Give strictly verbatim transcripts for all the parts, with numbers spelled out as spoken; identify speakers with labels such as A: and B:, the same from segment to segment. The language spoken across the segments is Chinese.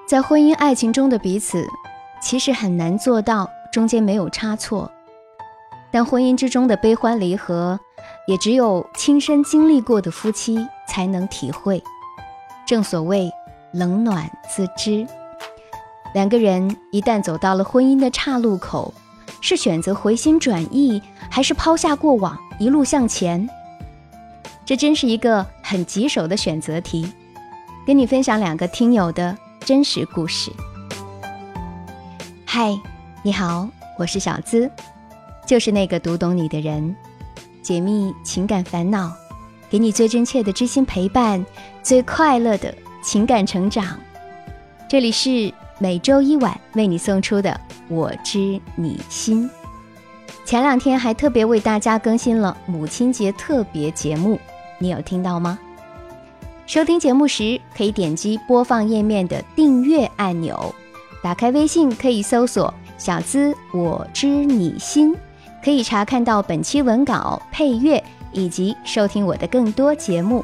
A: 在婚姻爱情中的彼此，其实很难做到中间没有差错。但婚姻之中的悲欢离合，也只有亲身经历过的夫妻才能体会。正所谓冷暖自知。两个人一旦走到了婚姻的岔路口，是选择回心转意，还是抛下过往一路向前？这真是一个很棘手的选择题。跟你分享两个听友的真实故事。嗨，你好，我是小资，就是那个读懂你的人，解密情感烦恼，给你最真切的知心陪伴，最快乐的情感成长。这里是每周一晚为你送出的我知你心。前两天还特别为大家更新了母亲节特别节目，你有听到吗？收听节目时可以点击播放页面的订阅按钮，打开微信可以搜索小资我知你心，可以查看到本期文稿、配乐以及收听我的更多节目。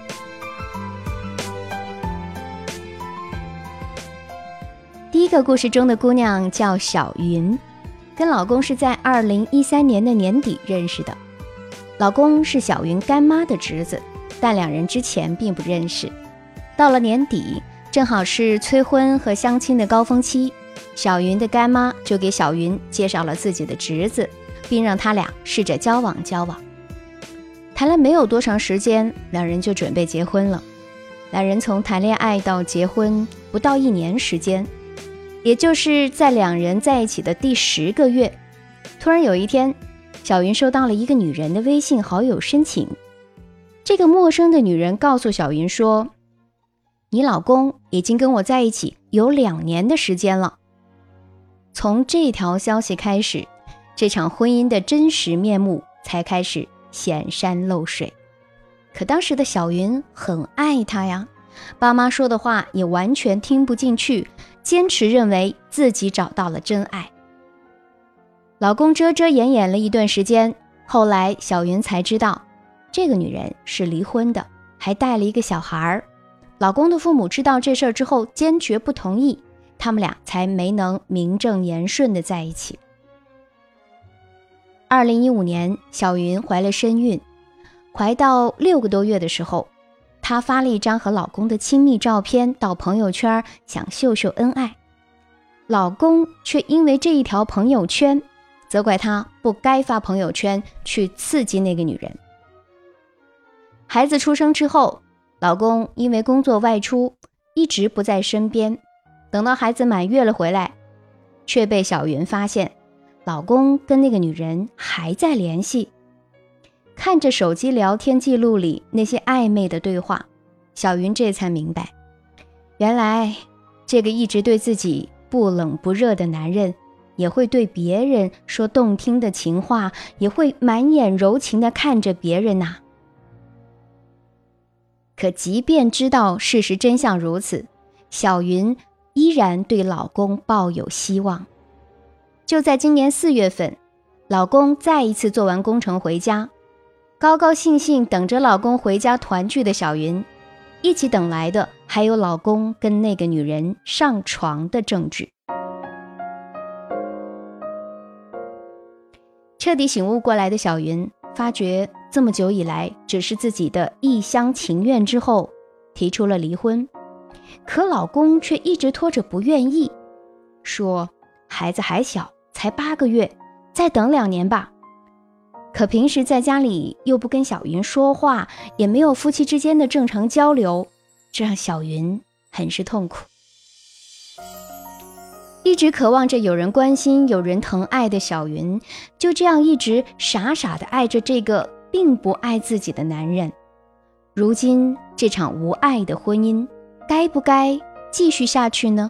A: 第一个故事中的姑娘叫小云，跟老公是在二零一三年的年底认识的。老公是小云干妈的侄子，但两人之前并不认识。到了年底，正好是催婚和相亲的高峰期，小云的干妈就给小云介绍了自己的侄子，并让他俩试着交往交往。谈了没有多长时间，两人就准备结婚了。两人从谈恋爱到结婚不到一年时间，也就是在两人在一起的第十个月，突然有一天，小云收到了一个女人的微信好友申请。这个陌生的女人告诉小云说，你老公已经跟我在一起有两年的时间了。从这条消息开始，这场婚姻的真实面目才开始显山露水。可当时的小云很爱他呀，爸妈说的话也完全听不进去，坚持认为自己找到了真爱。老公遮遮掩掩了一段时间，后来小云才知道，这个女人是离婚的，还带了一个小孩。老公的父母知道这事儿之后坚决不同意，他们俩才没能名正言顺的在一起。二零一五年，小云怀了身孕，怀到六个多月的时候，她发了一张和老公的亲密照片到朋友圈，想秀秀恩爱。老公却因为这一条朋友圈，责怪她不该发朋友圈去刺激那个女人。孩子出生之后，老公因为工作外出，一直不在身边，等到孩子满月了回来，却被小云发现，老公跟那个女人还在联系。看着手机聊天记录里那些暧昧的对话，小云这才明白，原来这个一直对自己不冷不热的男人，也会对别人说动听的情话，也会满眼柔情地看着别人呐、啊。可即便知道事实真相如此，小云依然对老公抱有希望。就在今年四月份，老公再一次做完工程回家，高高兴兴等着老公回家团聚的小云，一起等来的还有老公跟那个女人上床的证据。彻底醒悟过来的小云发觉这么久以来只是自己的一厢情愿之后，提出了离婚。可老公却一直拖着不愿意，说孩子还小，才八个月，再等两年吧。可平时在家里又不跟小云说话，也没有夫妻之间的正常交流，这让小云很是痛苦。一直渴望着有人关心、有人疼爱的小云，就这样一直傻傻地爱着这个并不爱自己的男人。如今这场无爱的婚姻，该不该继续下去呢？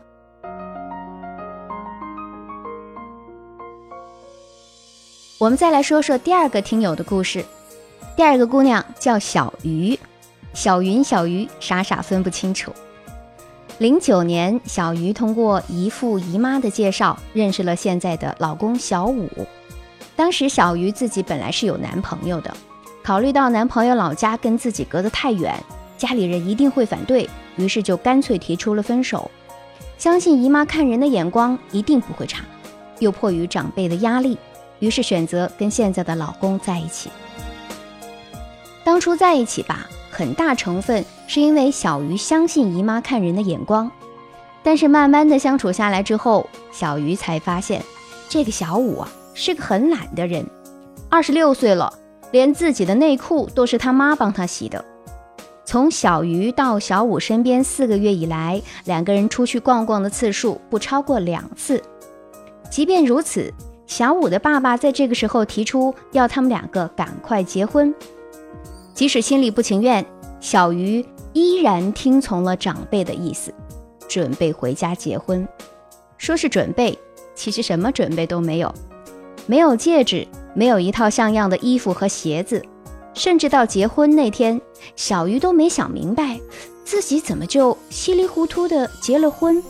A: 我们再来说说第二个听友的故事。第二个姑娘叫小鱼，小云小鱼傻傻分不清楚。零九年，小鱼通过姨父姨妈的介绍认识了现在的老公小武。当时小鱼自己本来是有男朋友的，考虑到男朋友老家跟自己隔得太远，家里人一定会反对，于是就干脆提出了分手。 相信姨妈看人的眼光一定不会差，又迫于长辈的压力，于是选择跟现在的老公在一起。当初在一起吧，很大成分是因为小鱼相信姨妈看人的眼光，但是慢慢的相处下来之后，小鱼才发现这个小五啊是个很懒的人，二十六岁了，连自己的内裤都是他妈帮他洗的。从小鱼到小五身边四个月以来，两个人出去逛逛的次数不超过两次。即便如此，小五的爸爸在这个时候提出要他们两个赶快结婚。即使心里不情愿，小鱼依然听从了长辈的意思，准备回家结婚。说是准备，其实什么准备都没有，没有戒指，没有一套像样的衣服和鞋子，甚至到结婚那天，小鱼都没想明白自己怎么就稀里糊涂的结了婚。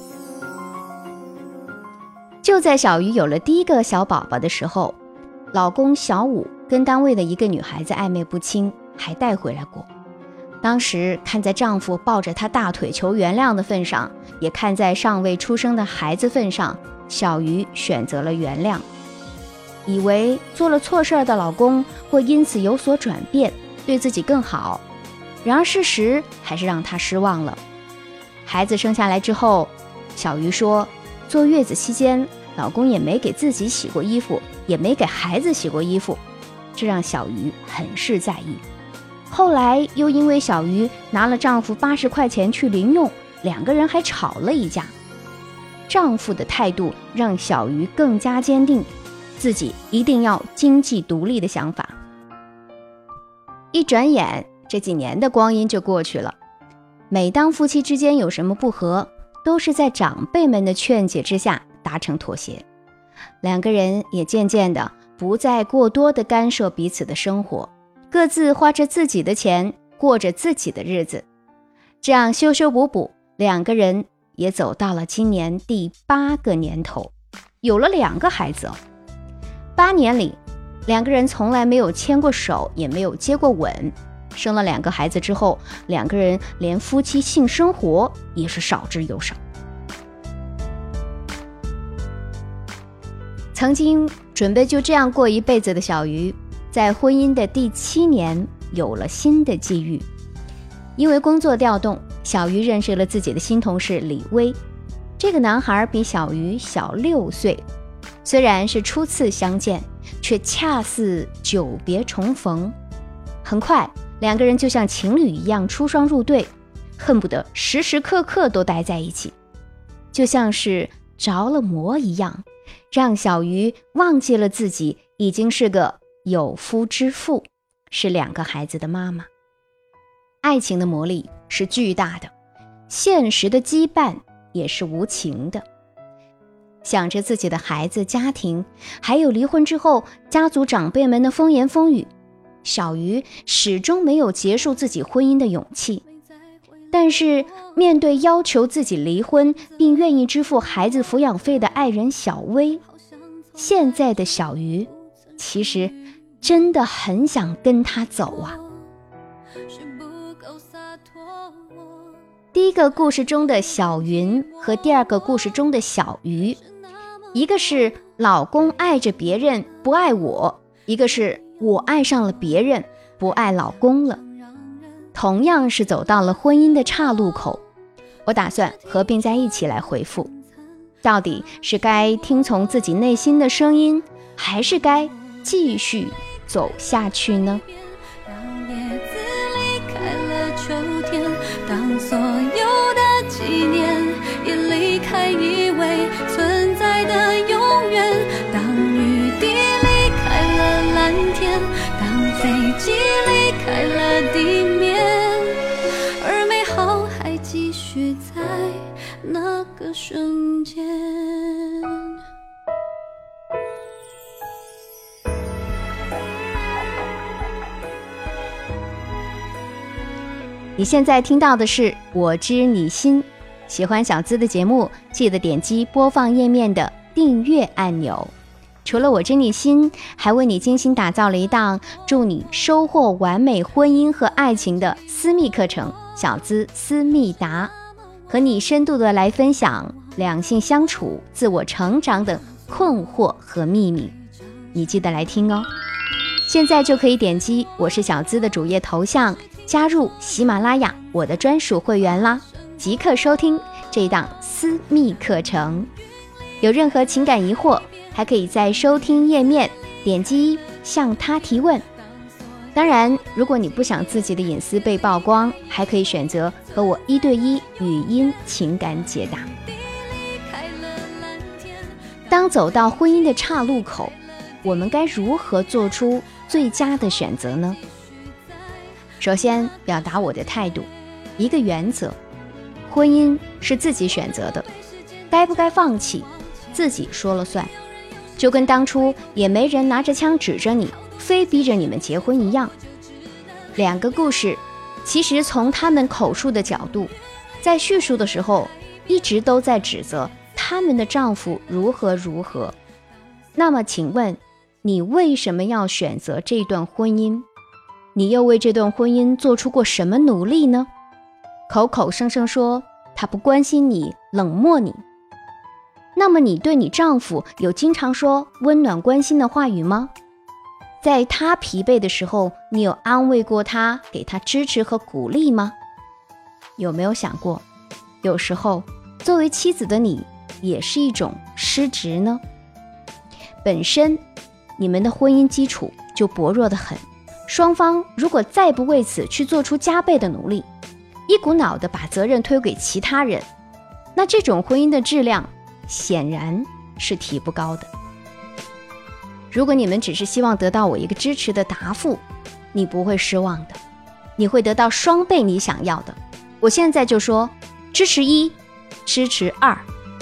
A: 就在小鱼有了第一个小宝宝的时候，老公小五跟单位的一个女孩子暧昧不清，还带回来过。当时看在丈夫抱着她大腿求原谅的份上，也看在尚未出生的孩子份上，小鱼选择了原谅，以为做了错事的老公会因此有所转变，对自己更好。然而事实还是让她失望了。孩子生下来之后，小鱼说坐月子期间老公也没给自己洗过衣服，也没给孩子洗过衣服，这让小鱼很是在意。后来又因为小鱼拿了丈夫八十块钱去零用，两个人还吵了一架。丈夫的态度让小鱼更加坚定自己一定要经济独立的想法。一转眼这几年的光阴就过去了，每当夫妻之间有什么不和，都是在长辈们的劝解之下达成妥协。两个人也渐渐的不再过多的干涉彼此的生活，各自花着自己的钱，过着自己的日子。这样修修补补，两个人也走到了今年第八个年头，有了两个孩子哦。八年里，两个人从来没有牵过手，也没有接过吻。生了两个孩子之后，两个人连夫妻性生活也是少之又少。曾经准备就这样过一辈子的小鱼，在婚姻的第七年有了新的际遇。因为工作调动，小鱼认识了自己的新同事李威。这个男孩比小鱼小六岁，虽然是初次相见，却恰似久别重逢。很快两个人就像情侣一样出双入对，恨不得时时刻刻都待在一起，就像是着了魔一样，让小鱼忘记了自己已经是个有夫之妇，是两个孩子的妈妈。爱情的魔力是巨大的，现实的羁绊也是无情的。想着自己的孩子、家庭，还有离婚之后家族长辈们的风言风语，小鱼始终没有结束自己婚姻的勇气。但是面对要求自己离婚并愿意支付孩子抚养费的爱人小薇，现在的小鱼其实真的很想跟他走啊。第一个故事中的小云和第二个故事中的小鱼，一个是老公爱着别人不爱我，一个是我爱上了别人不爱老公了。同样是走到了婚姻的岔路口，我打算合并在一起来回复，到底是该听从自己内心的声音，还是该继续走下去呢？
B: 让叶子离开了秋天，当所有的纪念也离开以为存在的永远，当雨滴离开了蓝天，当飞机离开了地面，而美好还继续在那个瞬间。
A: 你现在听到的是我知你心，喜欢小资的节目，记得点击播放页面的订阅按钮。除了我知你心，还为你精心打造了一档助你收获完美婚姻和爱情的私密课程，小资思密达，和你深度的来分享两性相处、自我成长等困惑和秘密，你记得来听哦。现在就可以点击我是小资的主页头像，加入喜马拉雅我的专属会员啦，即刻收听这一档私密课程。有任何情感疑惑，还可以在收听页面点击向他提问。当然，如果你不想自己的隐私被曝光，还可以选择和我一对一语音情感解答。当走到婚姻的岔路口，我们该如何做出最佳的选择呢？首先，表达我的态度，一个原则：婚姻是自己选择的，该不该放弃，自己说了算。就跟当初也没人拿着枪指着你，非逼着你们结婚一样。两个故事，其实从他们口述的角度，在叙述的时候，一直都在指责他们的丈夫如何如何。那么请问，你为什么要选择这段婚姻？你又为这段婚姻做出过什么努力呢？口口声声说他不关心你，冷漠你，那么你对你丈夫有经常说温暖关心的话语吗？在他疲惫的时候，你有安慰过他，给他支持和鼓励吗？有没有想过，有时候作为妻子的你也是一种失职呢？本身你们的婚姻基础就薄弱得很，双方如果再不为此去做出加倍的努力，一股脑地把责任推给其他人，那这种婚姻的质量显然是提不高的。如果你们只是希望得到我一个支持的答复，你不会失望的，你会得到双倍你想要的。我现在就说，支持一，支持二。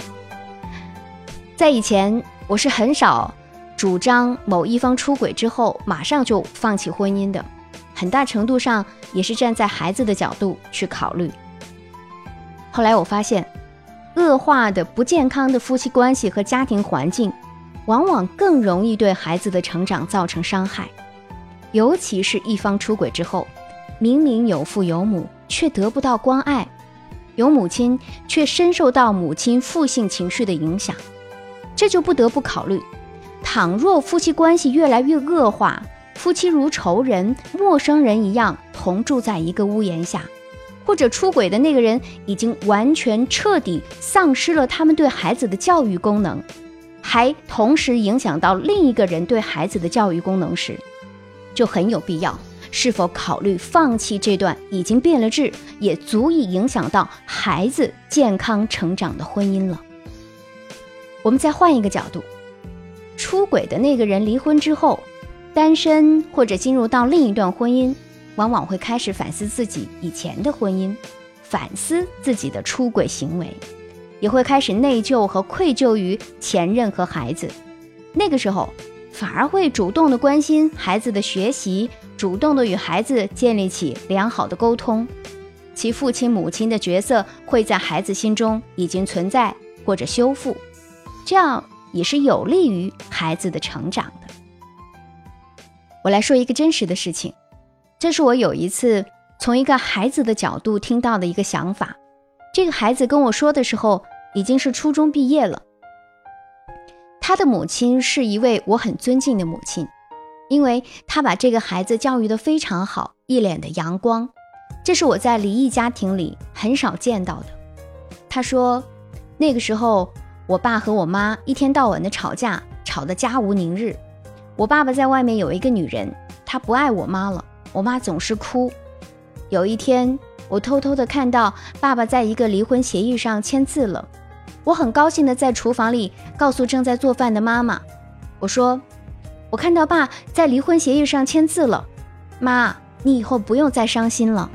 A: 在以前，我是很少主张某一方出轨之后马上就放弃婚姻的，很大程度上也是站在孩子的角度去考虑。后来我发现，恶化的不健康的夫妻关系和家庭环境，往往更容易对孩子的成长造成伤害。尤其是一方出轨之后，明明有父有母，却得不到关爱，有母亲却深受到母亲负性情绪的影响。这就不得不考虑，倘若夫妻关系越来越恶化，夫妻如仇人、陌生人一样同住在一个屋檐下，或者出轨的那个人已经完全彻底丧失了他们对孩子的教育功能，还同时影响到另一个人对孩子的教育功能时，就很有必要是否考虑放弃这段已经变了质，也足以影响到孩子健康成长的婚姻了。我们再换一个角度，出轨的那个人离婚之后，单身或者进入到另一段婚姻，往往会开始反思自己以前的婚姻，反思自己的出轨行为，也会开始内疚和愧疚于前任和孩子。那个时候反而会主动的关心孩子的学习，主动的与孩子建立起良好的沟通，其父亲母亲的角色会在孩子心中已经存在或者修复，这样也是有利于孩子的成长的。我来说一个真实的事情，这是我有一次从一个孩子的角度听到的一个想法。这个孩子跟我说的时候已经是初中毕业了，他的母亲是一位我很尊敬的母亲，因为他把这个孩子教育得非常好，一脸的阳光，这是我在离异家庭里很少见到的。他说，那个时候我爸和我妈一天到晚的吵架，吵得家无宁日。我爸爸在外面有一个女人，他不爱我妈了，我妈总是哭。有一天，我偷偷的看到爸爸在一个离婚协议上签字了，我很高兴的在厨房里告诉正在做饭的妈妈，我说，我看到爸在离婚协议上签字了，妈，你以后不用再伤心了。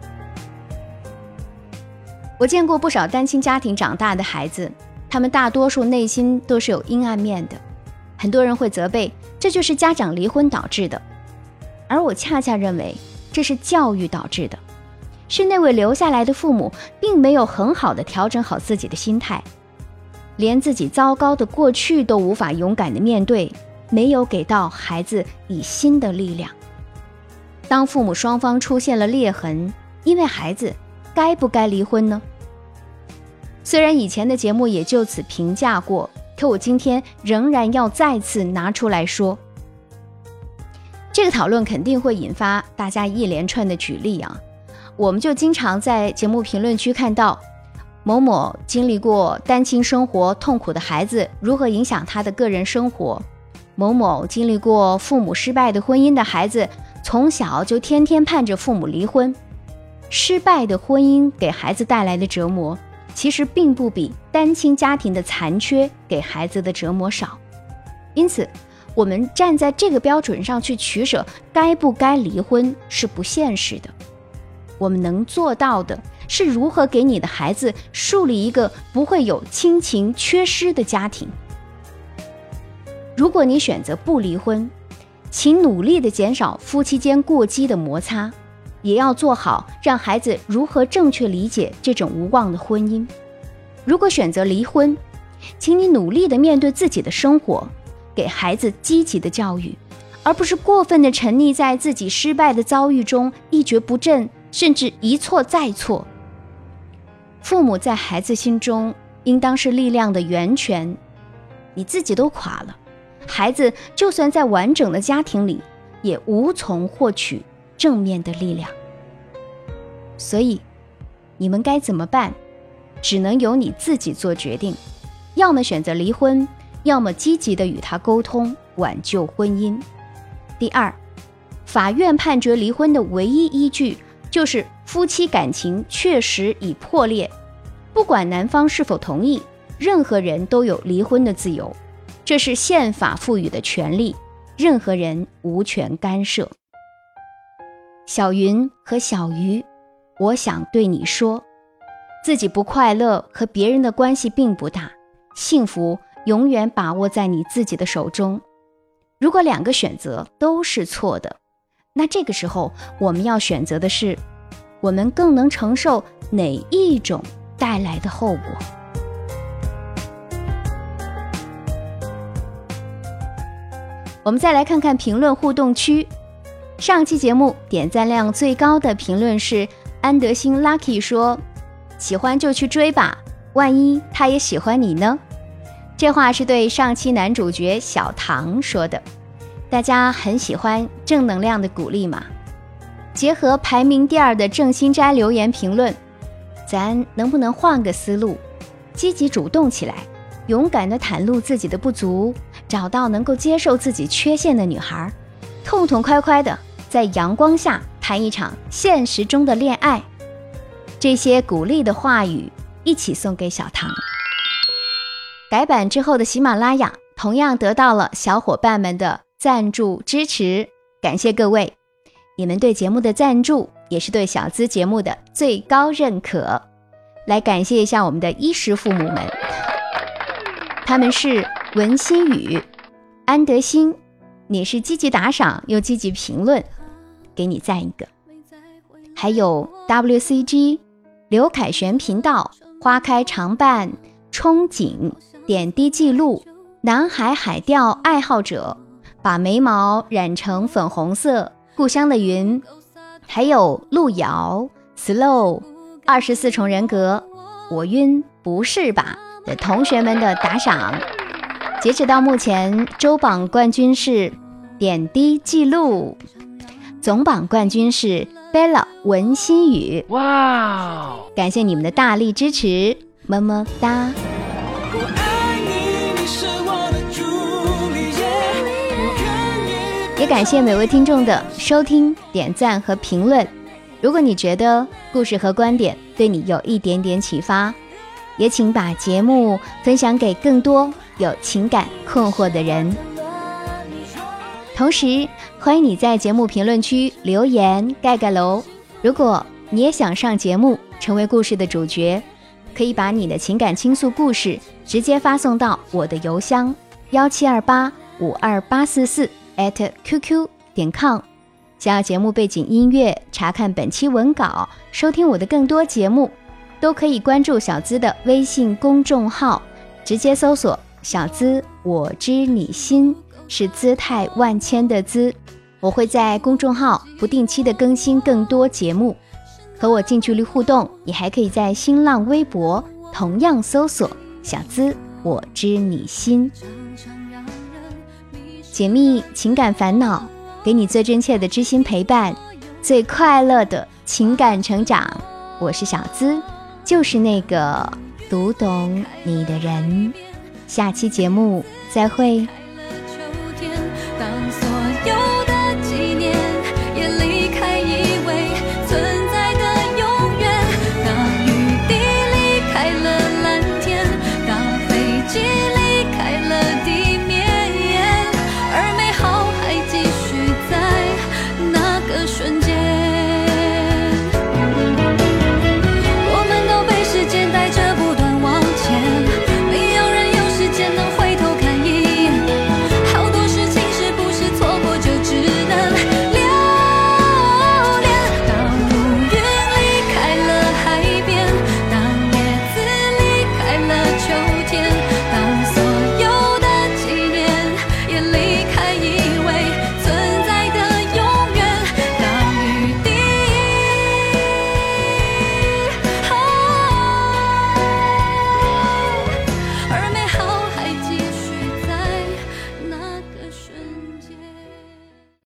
A: 我见过不少单亲家庭长大的孩子，他们大多数内心都是有阴暗面的，很多人会责备这就是家长离婚导致的，而我恰恰认为这是教育导致的，是那位留下来的父母并没有很好的调整好自己的心态，连自己糟糕的过去都无法勇敢的面对，没有给到孩子以新的力量。当父母双方出现了裂痕，因为孩子该不该离婚呢？ 虽然以前的节目也就此评价过，可我今天仍然要再次拿出来说。这个讨论肯定会引发大家一连串的举例啊，我们就经常在节目评论区看到某某经历过单亲生活痛苦的孩子如何影响他的个人生活，某某经历过父母失败的婚姻的孩子从小就天天盼着父母离婚。失败的婚姻给孩子带来的折磨其实并不比单亲家庭的残缺给孩子的折磨少，因此我们站在这个标准上去取舍该不该离婚是不现实的。我们能做到的是如何给你的孩子树立一个不会有亲情缺失的家庭。如果你选择不离婚，请努力地减少夫妻间过激的摩擦，也要做好让孩子如何正确理解这种无望的婚姻。如果选择离婚，请你努力地面对自己的生活，给孩子积极的教育，而不是过分地沉溺在自己失败的遭遇中一蹶不振，甚至一错再错。父母在孩子心中应当是力量的源泉，你自己都垮了，孩子就算在完整的家庭里也无从获取正面的力量。所以你们该怎么办，只能由你自己做决定，要么选择离婚，要么积极地与他沟通，挽救婚姻。第二，法院判决离婚的唯一依据就是夫妻感情确实已破裂，不管男方是否同意，任何人都有离婚的自由，这是宪法赋予的权利，任何人无权干涉。小云和小鱼，我想对你说，自己不快乐和别人的关系并不大，幸福永远把握在你自己的手中。如果两个选择都是错的，那这个时候我们要选择的是，我们更能承受哪一种带来的后果。我们再来看看评论互动区。上期节目点赞量最高的评论是安德兴 Lucky 说，喜欢就去追吧，万一他也喜欢你呢？这话是对上期男主角小唐说的。大家很喜欢正能量的鼓励嘛。结合排名第二的郑新斋留言评论，咱能不能换个思路，积极主动起来，勇敢地袒露自己的不足，找到能够接受自己缺陷的女孩，痛痛快快地在阳光下谈一场现实中的恋爱。这些鼓励的话语一起送给小唐。改版之后的喜马拉雅同样得到了小伙伴们的赞助支持，感谢各位，你们对节目的赞助也是对小资节目的最高认可。来感谢一下我们的衣食父母们，他们是文心宇、安德兴，你是积极打赏又积极评论，给你赞一个。还有 W C G、 刘凯旋频道、花开常伴、憧憬、点滴记录、南海海钓爱好者、把眉毛染成粉红色、故乡的云，还有路遥、Slow、二十四重人格、我晕不是吧的同学们的打赏。截止到目前，周榜冠军是点滴记录，总榜冠军是 Bella 文心宇。哇，感谢你们的大力支持，么么哒。也感谢每位听众的收听、点赞和评论。如果你觉得故事和观点对你有一点点启发，也请把节目分享给更多有情感困惑的人。同时欢迎你在节目评论区留言盖盖楼。如果你也想上节目成为故事的主角，可以把你的情感倾诉故事直接发送到我的邮箱幺七二八五二八四四 at qq 点 com。 想要节目背景音乐，查看本期文稿，收听我的更多节目，都可以关注小资的微信公众号，直接搜索小资我知你心，是姿态万千的资。我会在公众号不定期的更新更多节目，和我近距离互动。你还可以在新浪微博同样搜索小资我知你心。解密情感烦恼，给你最真切的知心陪伴，最快乐的情感成长。我是小资，就是那个读懂你的人。下期节目再会。
B: 当所有